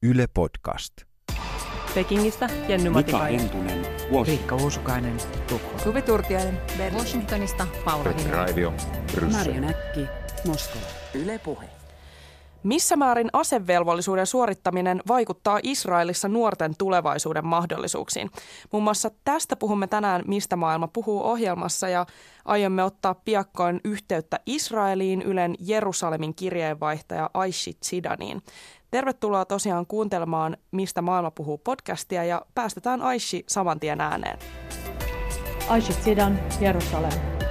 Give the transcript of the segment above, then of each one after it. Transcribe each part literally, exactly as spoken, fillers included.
Yle Podcast. Pekingistä Jenny Matikainen. Mika Hentunen. Riikka Uusukainen. Tukholma. Suvi Turtiainen. Washingtonista Paula Petri Raivio. Marja Näkki. Moskova. Yle Puhe. Missä määrin asevelvollisuuden suorittaminen vaikuttaa Israelissa nuorten tulevaisuuden mahdollisuuksiin? Muun muassa tästä puhumme tänään Mistä maailma puhuu -ohjelmassa ja aiomme ottaa piakkoin yhteyttä Israeliin Ylen Jerusalemin kirjeenvaihtaja Aishi Zidaniin. Tervetuloa tosiaan kuuntelemaan Mistä maailma puhuu -podcastia ja päästetään Aishi saman tien ääneen. Aishi Zidan, Jerusalem.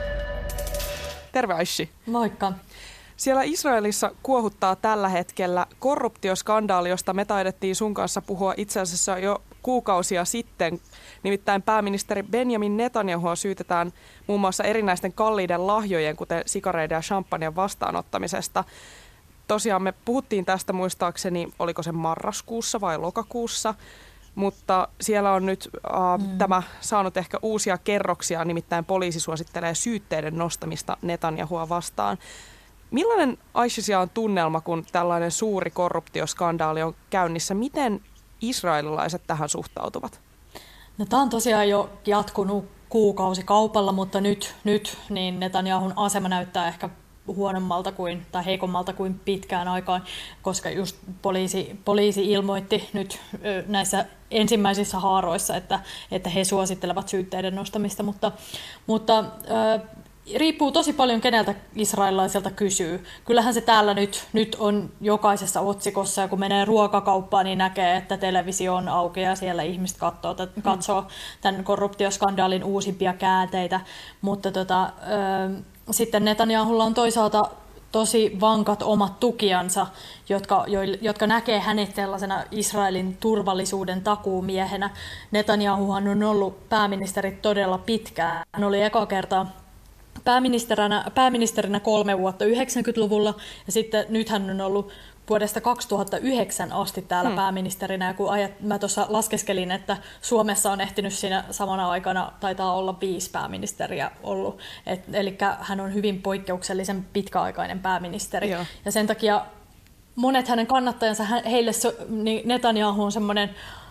Terve Aishi. Moikka. Siellä Israelissa kuohuttaa tällä hetkellä korruptioskandaali, josta me taidettiin sun kanssa puhua itse asiassa jo kuukausia sitten. Nimittäin pääministeri Benjamin Netanyahua syytetään muun muassa erinäisten kalliiden lahjojen, kuten sikareiden ja champagnen vastaanottamisesta. Tosiaan me puhuttiin tästä muistaakseni, oliko se marraskuussa vai lokakuussa, mutta siellä on nyt äh, mm. tämä saanut ehkä uusia kerroksia, nimittäin poliisi suosittelee syytteiden nostamista Netanyahua vastaan. Millainen Aishisia on tunnelma, kun tällainen suuri korruptioskandaali on käynnissä? Miten israelilaiset tähän suhtautuvat? No, tämä on tosiaan jo jatkunut kuukausi kaupalla, mutta nyt, nyt niin Netanyahun asema näyttää ehkä huonommalta kuin, tai heikommalta kuin pitkään aikaan, koska just poliisi, poliisi ilmoitti nyt näissä ensimmäisissä haaroissa, että, että he suosittelevat syytteiden nostamista, mutta, mutta äh, riippuu tosi paljon, keneltä israelilaiselta kysyy. Kyllähän se täällä nyt, nyt on jokaisessa otsikossa, ja kun menee ruokakauppaan, niin näkee, että televisio on auki ja siellä ihmiset katsoo, katsoo tämän korruptioskandaalin uusimpia käänteitä. Mutta tota, äh, sitten Netanyahulla on toisaalta tosi vankat omat tukijansa, jotka, jotka näkee hänet sellaisena Israelin turvallisuuden takuumiehenä. Netanyahuhan on ollut pääministeri todella pitkään. Hän oli eka kertaa pääministerinä, pääministerinä kolme vuotta yhdeksänkymmentäluvulla, ja sitten nyt hän on ollut vuodesta kaksituhattayhdeksän asti täällä hmm. pääministerinä, ja kun ajat, mä tuossa laskeskelin, että Suomessa on ehtinyt siinä samana aikana, taitaa olla viisi pääministeriä ollut, Et, eli hän on hyvin poikkeuksellisen pitkäaikainen pääministeri, Joo. ja sen takia monet hänen kannattajansa, heille niin Netanyahu on semmoinen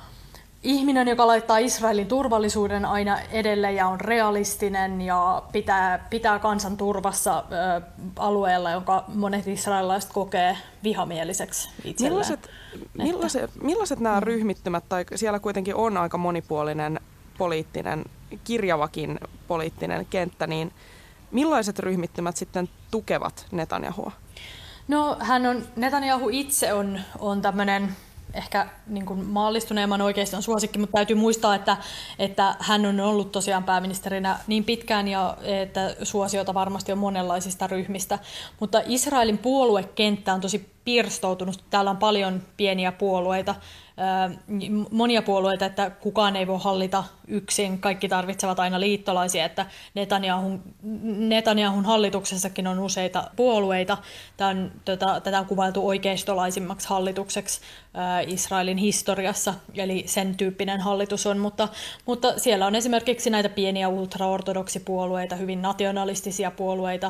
ihminen, joka laittaa Israelin turvallisuuden aina edelle ja on realistinen ja pitää, pitää kansan turvassa ö, alueella, jonka monet israelilaiset kokee vihamieliseksi itselleen. Millaiset, millaiset, millaiset nämä ryhmittymät, tai siellä kuitenkin on aika monipuolinen poliittinen, kirjavakin poliittinen kenttä, niin millaiset ryhmittymät sitten tukevat Netanyahua? No, hän on, Netanyahu itse on, on tämmöinen ehkä niin kuin maallistuneemman oikeiston suosikki, mutta täytyy muistaa, että, että hän on ollut tosiaan pääministerinä niin pitkään ja että suosiota varmasti on monenlaisista ryhmistä. Mutta Israelin puoluekenttä on tosi pirstoutunut. Täällä on paljon pieniä puolueita, monia puolueita, että kukaan ei voi hallita yksin. Kaikki tarvitsevat aina liittolaisia, että Netanyahun, Netanyahun hallituksessakin on useita puolueita. Tämä on, tätä, tätä on kuvailtu oikeistolaisimmaksi hallitukseksi Israelin historiassa, eli sen tyyppinen hallitus on, mutta, mutta siellä on esimerkiksi näitä pieniä ultraortodoksipuolueita, hyvin nationalistisia puolueita.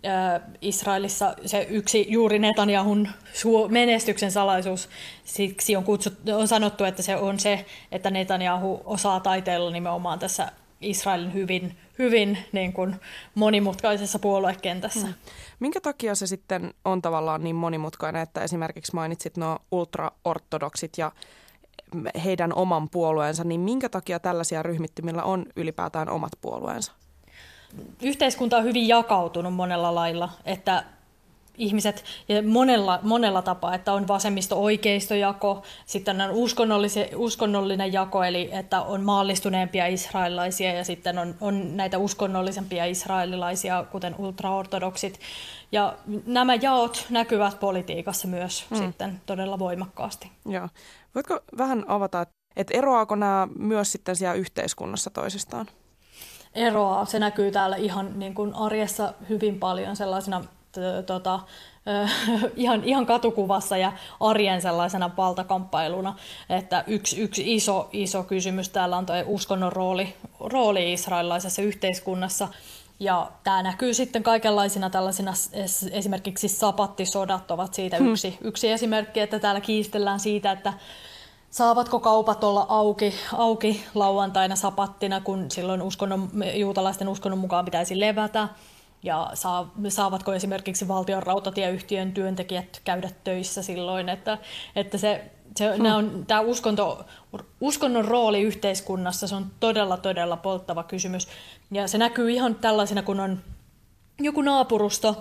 Israelissa se yksi juuri Netanyahun menestyksen salaisuus, siksi on, kutsuttu, on sanottu, että se on se, että Netanyahu osaa taiteilla nimenomaan tässä Israelin hyvin, hyvin niin kuin monimutkaisessa puoluekentässä. Hmm. Minkä takia se sitten on tavallaan niin monimutkainen, että esimerkiksi mainitsit nuo ultraortodoksit ja heidän oman puolueensa, niin minkä takia tällaisia ryhmittymillä on ylipäätään omat puolueensa? Yhteiskunta on hyvin jakautunut monella lailla, että ihmiset ja monella, monella tapaa, että on vasemmisto-oikeistojako, sitten on uskonnollinen jako, eli että on maallistuneempia israelilaisia ja sitten on, on näitä uskonnollisempia israelilaisia, kuten ultraortodoksit. Ja nämä jaot näkyvät politiikassa myös mm. sitten todella voimakkaasti. Joo. Voitko vähän avata, että eroaako nämä myös sitten siellä yhteiskunnassa toisistaan? Eroaa. Se näkyy täällä ihan niin kuin arjessa hyvin paljon sellaisena tota, äh, ihan, ihan katukuvassa ja arjen sellaisena valtakamppailuna, että yksi, yksi iso, iso kysymys täällä on tuo uskonnon rooli, rooli israelilaisessa yhteiskunnassa. Ja tämä näkyy sitten kaikenlaisina tällaisina, esimerkiksi sapattisodat ovat siitä yksi, hmm. yksi esimerkki, että täällä kiistellään siitä, että saavatko kaupat olla auki, auki lauantaina sapattina, kun silloin uskonnon, juutalaisten uskonnon mukaan pitäisi levätä. Ja saa, saavatko esimerkiksi valtion rautatieyhtiön työntekijät käydä töissä silloin, että, että se, se, hmm. on, tämä uskonto, uskonnon rooli yhteiskunnassa, se on todella, todella polttava kysymys. Ja se näkyy ihan tällaisena, kun on joku naapurusto,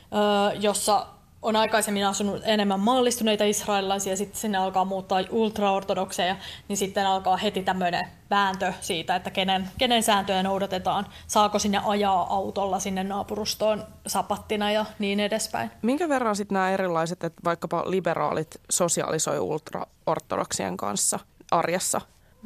jossa on aikaisemmin asunut enemmän maallistuneita israelilaisia, sitten sinne alkaa muuttaa ultraortodokseja, niin sitten alkaa heti tämmöinen vääntö siitä, että kenen, kenen sääntöjä noudatetaan, saako sinne ajaa autolla sinne naapurustoon sapattina ja niin edespäin. Minkä verran sitten nämä erilaiset, että vaikkapa liberaalit sosiaalisoi ultraortodoksien kanssa arjessa?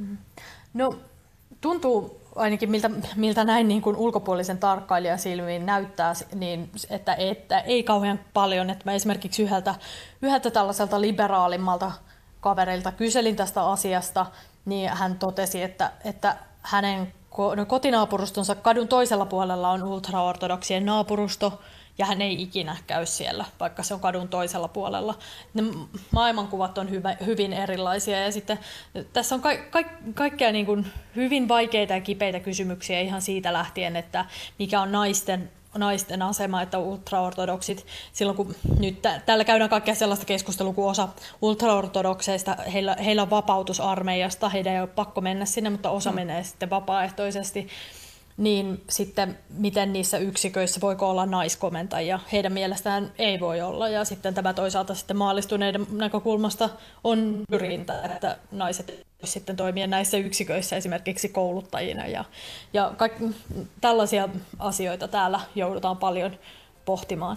No tuntuu ainakin miltä, miltä näin niin kuin ulkopuolisen tarkkailijan silmiin näyttää, niin että, että ei kauhean paljon. Että mä esimerkiksi yhdeltä, yhdeltä tällaiselta liberaalimmalta kaverilta kyselin tästä asiasta, niin hän totesi, että, että hänen kotinaapurustonsa kadun toisella puolella on ultraortodoksien naapurusto, ja hän ei ikinä käy siellä, vaikka se on kadun toisella puolella. Ne maailmankuvat on hyvä, hyvin erilaisia, ja sitten tässä on ka- ka- kaikkea niin kuin hyvin vaikeita ja kipeitä kysymyksiä ihan siitä lähtien, että mikä on naisten, naisten asema, että ultraortodoksit, silloin kun nyt t- täällä käydään kaikkea sellaista keskustelua, kun osa ultraortodokseista, heillä, heillä on vapautus armeijasta, heidän ei ole pakko mennä sinne, mutta osa mm. menee sitten vapaaehtoisesti, niin sitten miten niissä yksiköissä voiko olla naiskomentajia. Heidän mielestään ei voi olla. Ja sitten tämä toisaalta sitten maallistuneiden näkökulmasta on syrjintä, että naiset sitten toimia näissä yksiköissä esimerkiksi kouluttajina. Ja, ja kaikki, tällaisia asioita täällä joudutaan paljon pohtimaan.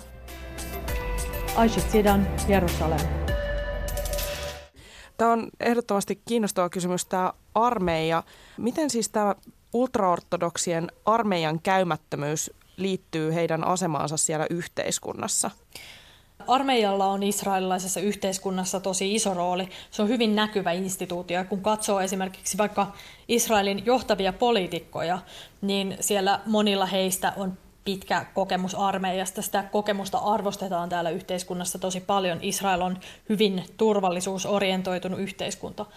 Aishat Sidan, Jerusalem. Tämä on ehdottomasti kiinnostava kysymys, tämä armeija. Miten siis tämä ultraortodoksien armeijan käymättömyys liittyy heidän asemaansa siellä yhteiskunnassa? Armeijalla on israelilaisessa yhteiskunnassa tosi iso rooli. Se on hyvin näkyvä instituutio. Kun katsoo esimerkiksi vaikka Israelin johtavia poliitikkoja, niin siellä monilla heistä on pitkä kokemus armeijasta. Sitä kokemusta arvostetaan täällä yhteiskunnassa tosi paljon. Israel on hyvin turvallisuusorientoitunut yhteiskunta.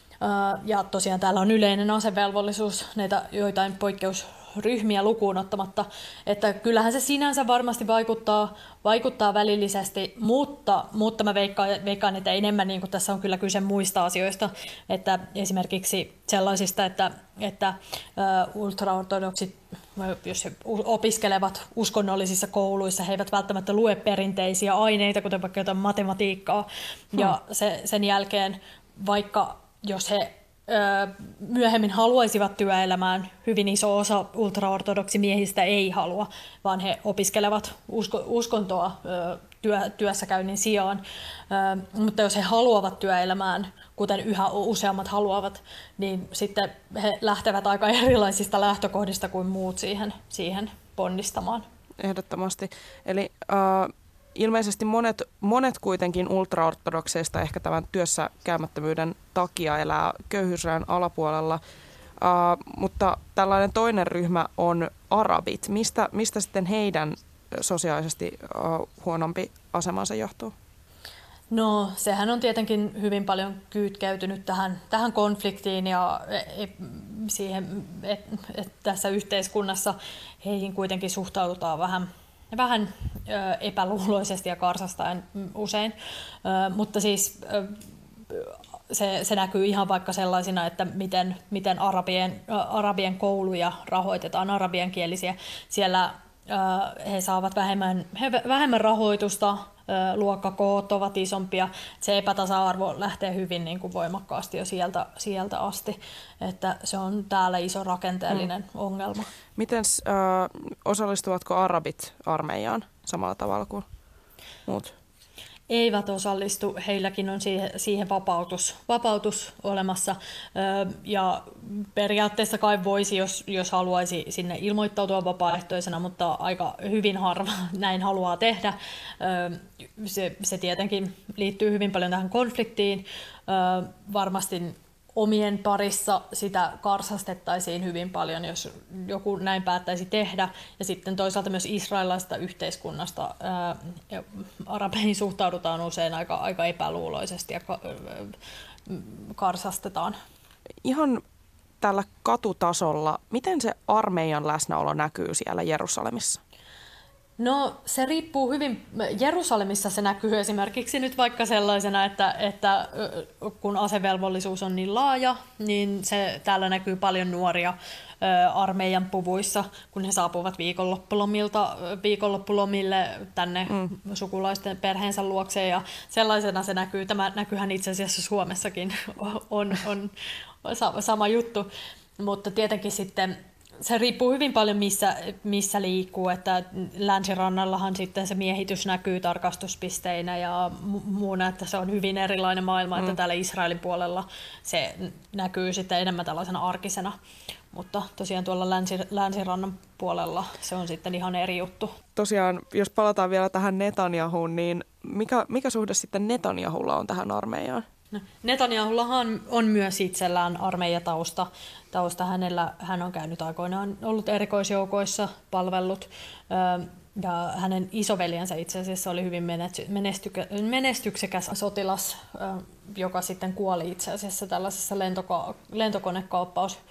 Ja tosiaan täällä on yleinen asevelvollisuus, näitä joitain poikkeusryhmiä lukuun ottamatta, että kyllähän se sinänsä varmasti vaikuttaa, vaikuttaa välillisesti, mutta, mutta mä veikkaan, veikkaan, että enemmän niin kuin tässä on kyllä kyse muista asioista, että esimerkiksi sellaisista, että, että uh, ultraortodoksit, jos he opiskelevat uskonnollisissa kouluissa, he eivät välttämättä lue perinteisiä aineita, kuten vaikka jotain matematiikkaa, hmm. ja se, sen jälkeen vaikka jos he ö, myöhemmin haluaisivat työelämään, hyvin iso osa ultraortodoksimiehistä ei halua, vaan he opiskelevat usko, uskontoa ö, työ, työssäkäynnin sijaan. Ö, mutta jos he haluavat työelämään, kuten yhä useammat haluavat, niin sitten he lähtevät aika erilaisista lähtökohdista kuin muut siihen, siihen ponnistamaan. Ehdottomasti. Eli uh... ilmeisesti monet, monet kuitenkin ultraortodokseista ehkä tämän työssä käymättömyyden takia elää köyhyysrajan alapuolella, uh, mutta tällainen toinen ryhmä on arabit. Mistä, mistä sitten heidän sosiaalisesti uh, huonompi asemansa johtuu? No sehän on tietenkin hyvin paljon kytkeytynyt tähän, tähän konfliktiin ja siihen, että et tässä yhteiskunnassa heihin kuitenkin suhtaudutaan vähän Vähän ö, epäluuloisesti ja karsastaen usein, ö, mutta siis ö, se, se näkyy ihan vaikka sellaisina, että miten, miten arabien, ö, arabien kouluja rahoitetaan, arabiankielisiä. Siellä ö, he saavat vähemmän, he, vähemmän rahoitusta, ö, luokkakoot ovat isompia. Se epätasa-arvo lähtee hyvin niin kuin voimakkaasti jo sieltä, sieltä asti, että se on täällä iso rakenteellinen hmm. ongelma. Miten äh, osallistuvatko arabit armeijaan samalla tavalla kuin muut? Eivät osallistu. Heilläkin on siihen, siihen vapautus, vapautus olemassa. Ö, ja periaatteessa kai voisi, jos, jos haluaisi sinne ilmoittautua vapaaehtoisena, mutta aika hyvin harva näin haluaa tehdä. Ö, se, se tietenkin liittyy hyvin paljon tähän konfliktiin. Ö, varmasti omien parissa sitä karsastettaisiin hyvin paljon, jos joku näin päättäisi tehdä. Ja sitten toisaalta myös israelilaisesta yhteiskunnasta ää, arabeihin suhtaudutaan usein aika, aika epäluuloisesti ja ka, ää, karsastetaan. Ihan tällä katutasolla, miten se armeijan läsnäolo näkyy siellä Jerusalemissa? No se riippuu hyvin, Jerusalemissa se näkyy esimerkiksi nyt vaikka sellaisena, että, että kun asevelvollisuus on niin laaja, niin se täällä näkyy paljon nuoria armeijan puvuissa, kun he saapuvat viikonloppulomilta, viikonloppulomille tänne mm. sukulaisten perheensä luokseen ja sellaisena se näkyy. Tämä näkyyhän itse asiassa Suomessakin on, on sama juttu, mutta tietenkin sitten se riippuu hyvin paljon, missä, missä liikkuu, että länsirannallahan sitten se miehitys näkyy tarkastuspisteinä ja muuna, että se on hyvin erilainen maailma, mm. että täällä Israelin puolella se näkyy sitten enemmän tällaisena arkisena, mutta tosiaan tuolla länsi, länsirannan puolella se on sitten ihan eri juttu. Tosiaan, jos palataan vielä tähän Netanyahuun, niin mikä, mikä suhde sitten Netanyahulla on tähän armeijaan? No, Netanyahullahan on myös itsellään armeijatausta. Tausta hänellä, hän on käynyt aikoinaan ollut erikoisjoukoissa, palvellut, ja hänen isoveljensä itse asiassa oli hyvin menestyk- menestyksekäs sotilas, joka sitten kuoli itse asiassa tällaisessa lentoko- lentokonekaappaus,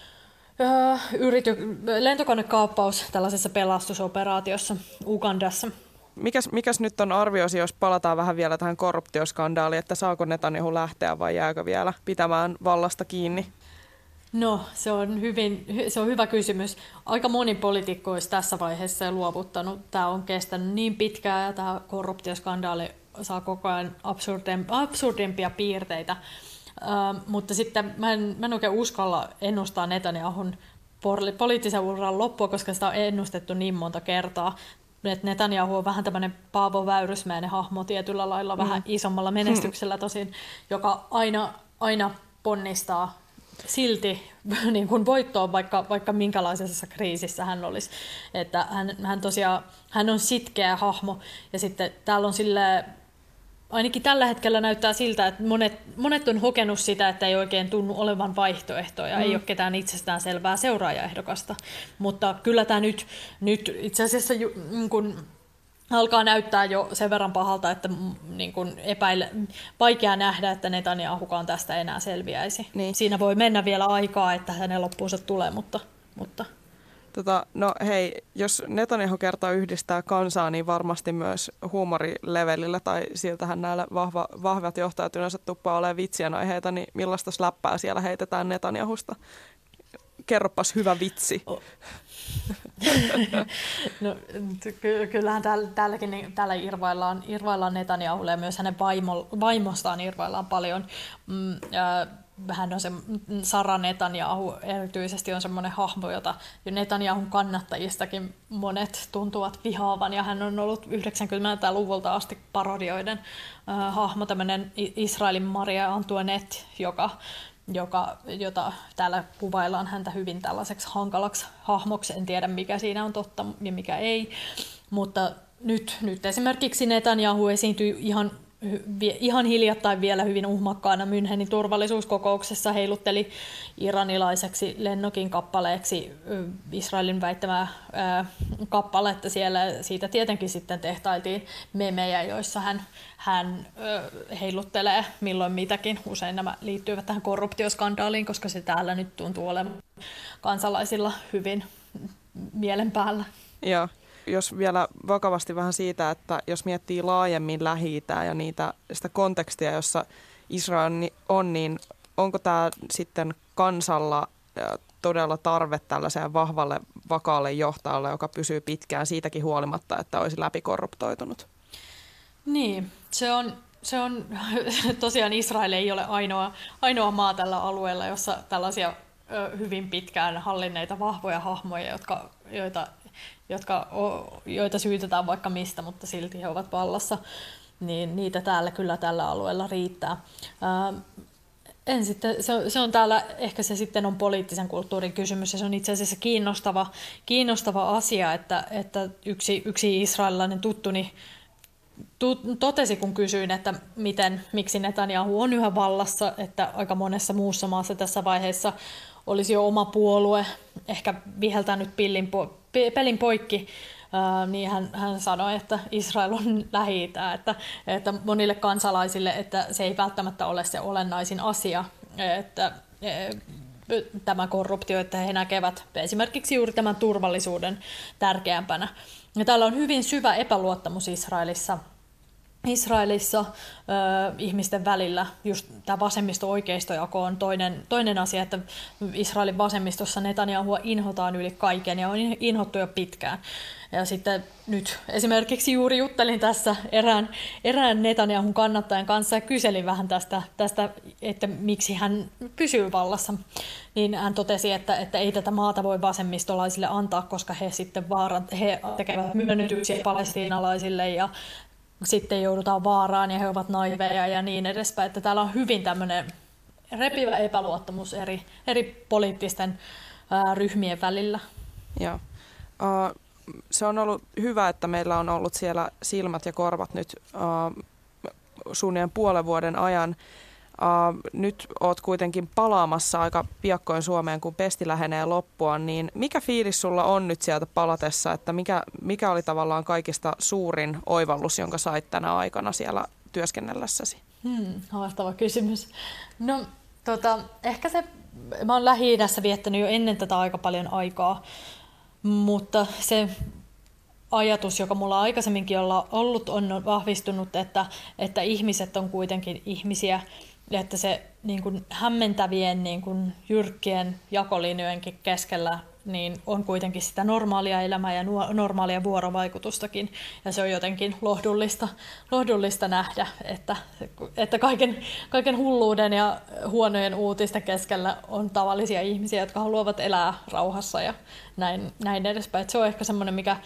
yrity- lentokonekaappaus tällaisessa pelastusoperaatiossa Ugandassa. Mikäs, mikäs nyt on arviosi, jos palataan vähän vielä tähän korruptioskandaaliin, että saako Netanyahu lähteä vai jääkö vielä pitämään vallasta kiinni? No, se on, hyvin, se on hyvä kysymys. Aika moni poliitikko olisi tässä vaiheessa jo luovuttanut. Tämä on kestänyt niin pitkään ja tämä korruptioskandaali saa koko ajan absurdimpia piirteitä. Uh, mutta sitten mä en, mä en oikein uskalla ennustaa Netanyahun poliittisen uran loppua, koska sitä on ennustettu niin monta kertaa. Että Netanyahu on vähän tämmöinen Paavo Väyrysmäinen hahmo tietyllä lailla, mm. vähän isommalla menestyksellä tosin, joka aina, aina ponnistaa silti niin kuin voittoon, vaikka, vaikka minkälaisessa kriisissä hän olisi. Että hän, hän tosiaan hän on sitkeä hahmo ja sitten täällä on sille, ainakin tällä hetkellä näyttää siltä, että monet, monet on hokenut sitä, että ei oikein tunnu olevan vaihtoehtoja, mm. ei ole ketään itsestään selvää seuraajaehdokasta. Mutta kyllä tämä nyt, nyt itse asiassa niin kun alkaa näyttää jo sen verran pahalta, että niin kun epäile, vaikea nähdä, että Netanyahukaan tästä enää selviäisi. Niin. Siinä voi mennä vielä aikaa, että hänen loppuunsa tulee, mutta... mutta. Tota, no hei, jos Netanyahu kertaa yhdistää kansaa, niin varmasti myös huumorilevelillä, tai siltähän näillä vahva, vahvat johtajat yleensä tuppaa olemaan vitsien aiheita, niin millaista läppää siellä heitetään Netanyahusta? Kerropas hyvä vitsi. Oh. No, ky- kyllähän täällä, täälläkin täällä irvaillaan, irvaillaan Netanyahulle ja myös hänen vaimo, vaimostaan irvaillaan paljon. Mm, äh, Hän on se, Sara Netanyahu erityisesti on semmoinen hahmo, jota Netanyahun kannattajistakin monet tuntuvat vihaavan, ja hän on ollut yhdeksänkymmentäluvulta asti parodioiden äh, hahmo, tämmöinen Israelin Maria Antoinette, joka, joka, jota täällä kuvaillaan häntä hyvin tällaiseksi hankalaksi hahmoksi. En tiedä, mikä siinä on totta ja mikä ei, mutta nyt, nyt esimerkiksi Netanyahu esiintyy ihan Ihan hiljattain vielä hyvin uhmakkaana Münchenin turvallisuuskokouksessa heilutteli iranilaiseksi lennokin kappaleeksi Israelin väittämää kappaletta siellä. Siitä tietenkin sitten tehtailtiin memejä, joissa hän, hän heiluttelee milloin mitäkin. Usein nämä liittyvät tähän korruptioskandaaliin, koska se täällä nyt tuntuu olemaan kansalaisilla hyvin mielen päällä. Joo. Jos vielä vakavasti vähän siitä, että jos miettii laajemmin Lähi-itää ja niitä, sitä kontekstia, jossa Israel on, niin onko tämä sitten kansalla todella tarve tällaiseen vahvalle, vakaalle johtajalle, joka pysyy pitkään siitäkin huolimatta, että olisi läpikorruptoitunut? Niin, se on, se on tosiaan Israel ei ole ainoa, ainoa maa tällä alueella, jossa tällaisia ö, hyvin pitkään hallinneita vahvoja hahmoja, jotka, joita Jotka, joita syytetään vaikka mistä, mutta silti he ovat vallassa, niin niitä täällä kyllä tällä alueella riittää. Ää, en sitten, se, on, se on täällä, ehkä se sitten on poliittisen kulttuurin kysymys, ja se on itse asiassa kiinnostava, kiinnostava asia, että, että yksi, yksi israelilainen tuttuni totesi, kun kysyin, että miten, miksi Netanyahu on yhä vallassa, että aika monessa muussa maassa tässä vaiheessa olisi jo oma puolue, ehkä viheltänyt pillin po- pelin poikki, ää, niin hän, hän sanoi, että Israel on Lähi-itä, että, että monille kansalaisille, että se ei välttämättä ole se olennaisin asia, että tämä korruptio, että he näkevät esimerkiksi juuri tämän turvallisuuden tärkeämpänä. Ja täällä on hyvin syvä epäluottamus Israelissa, Israelissa äh, ihmisten välillä. Just tämä vasemmisto-oikeistojako on toinen, toinen asia, että Israelin vasemmistossa Netanyahua inhotaan yli kaiken ja on inhottu jo pitkään. Ja sitten nyt esimerkiksi juuri juttelin tässä erään, erään Netanyahun kannattajan kanssa ja kyselin vähän tästä, tästä, että miksi hän pysyy vallassa. Niin hän totesi, että, että ei tätä maata voi vasemmistolaisille antaa, koska he sitten vaaran, he tekevät myönnytyksiä palestiinalaisille ja sitten joudutaan vaaraan ja he ovat naiveja ja niin edespäin. Että täällä on hyvin tämmöinen repivä epäluottamus eri, eri poliittisten ää, ryhmien välillä. Joo. Uh, se on ollut hyvä, että meillä on ollut siellä silmät ja korvat nyt uh, suunnilleen puolen vuoden ajan. Uh, nyt oot kuitenkin palaamassa aika piakkoin Suomeen, kun pesti lähenee loppua, niin mikä fiilis sulla on nyt sieltä palatessa, että mikä, mikä oli tavallaan kaikista suurin oivallus, jonka sait tänä aikana siellä työskennellessäsi? Hmm, haastava kysymys. No tota, ehkä se, mä oon Lähi-idässä viettänyt jo ennen tätä aika paljon aikaa, mutta se ajatus, joka mulla aikaisemminkin on ollut, on vahvistunut, että, että ihmiset on kuitenkin ihmisiä, että se niin kuin hämmentävien niin kuin jyrkkien jakolinjojenkin keskellä niin on kuitenkin sitä normaalia elämää ja normaalia vuorovaikutustakin. Ja se on jotenkin lohdullista, lohdullista nähdä, että, että kaiken, kaiken hulluuden ja huonojen uutisten keskellä on tavallisia ihmisiä, jotka haluavat elää rauhassa ja näin, näin edespäin. Että se on ehkä semmoinen, mikä,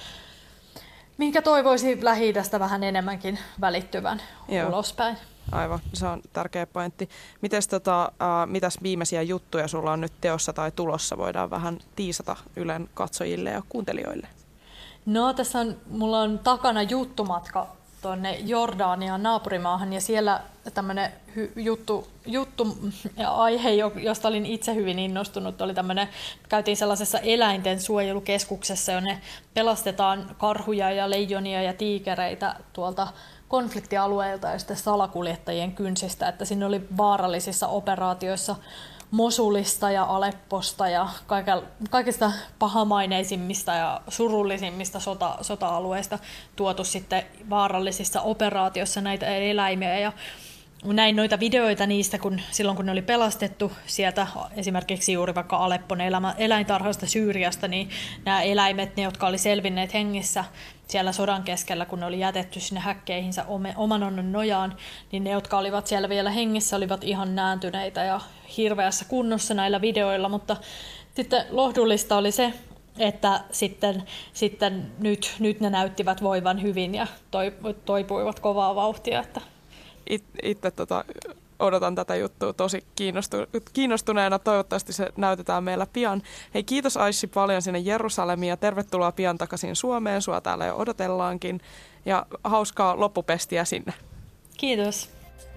minkä toivoisi Lähi-idästä vähän enemmänkin välittyvän Joo. ulospäin. Aivan, se on tärkeä pointti. Mites tota, äh, mitäs viimeisiä juttuja sulla on nyt teossa tai tulossa? Voidaan vähän tiisata Ylen katsojille ja kuuntelijoille. No tässä on, mulla on takana juttumatka tuonne Jordaniaan naapurimaahan ja siellä tämmöinen hy- juttu, juttu ja aihe, josta olin itse hyvin innostunut, oli tämmöinen, käytiin sellaisessa eläinten suojelukeskuksessa, jonne pelastetaan karhuja ja leijonia ja tiikereitä tuolta konfliktialueilta ja sitten salakuljettajien kynsistä, että sinne oli vaarallisissa operaatioissa Mosulista ja Alepposta ja kaikista pahamaineisimmista ja surullisimmista sota, sota-alueista tuotu sitten vaarallisissa operaatioissa näitä eläimiä. Ja näin noita videoita niistä, kun silloin kun ne oli pelastettu sieltä esimerkiksi juuri vaikka Aleppon elämä, eläintarhasta Syyriasta, niin nämä eläimet, ne jotka oli selvinneet hengissä siellä sodan keskellä, kun ne oli jätetty sinne häkkeihinsä oman onnen nojaan, niin ne, jotka olivat siellä vielä hengissä, olivat ihan nääntyneitä ja hirveässä kunnossa näillä videoilla, mutta sitten lohdullista oli se, että sitten, sitten nyt, nyt ne näyttivät voivan hyvin ja toipuivat kovaa vauhtia, että It, itse tota, odotan tätä juttua tosi kiinnostu, kiinnostuneena. Toivottavasti se näytetään meillä pian. Hei, kiitos Aishi paljon sinne Jerusalemiin ja tervetuloa pian takaisin Suomeen. Sua täällä jo odotellaankin. Ja hauskaa loppupestiä sinne. Kiitos.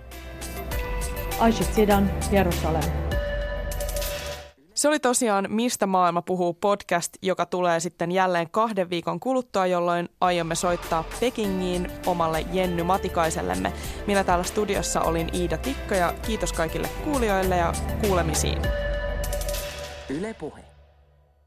Aishi Tsidan, Jerusalem. Se oli tosiaan Mistä maailma puhuu podcast, joka tulee sitten jälleen kahden viikon kuluttua, jolloin aiomme soittaa Pekingiin omalle Jenny Matikaisellemme. Minä täällä studiossa olin Iida Tikka ja kiitos kaikille kuulijoille ja kuulemisiin. Yle Puhe.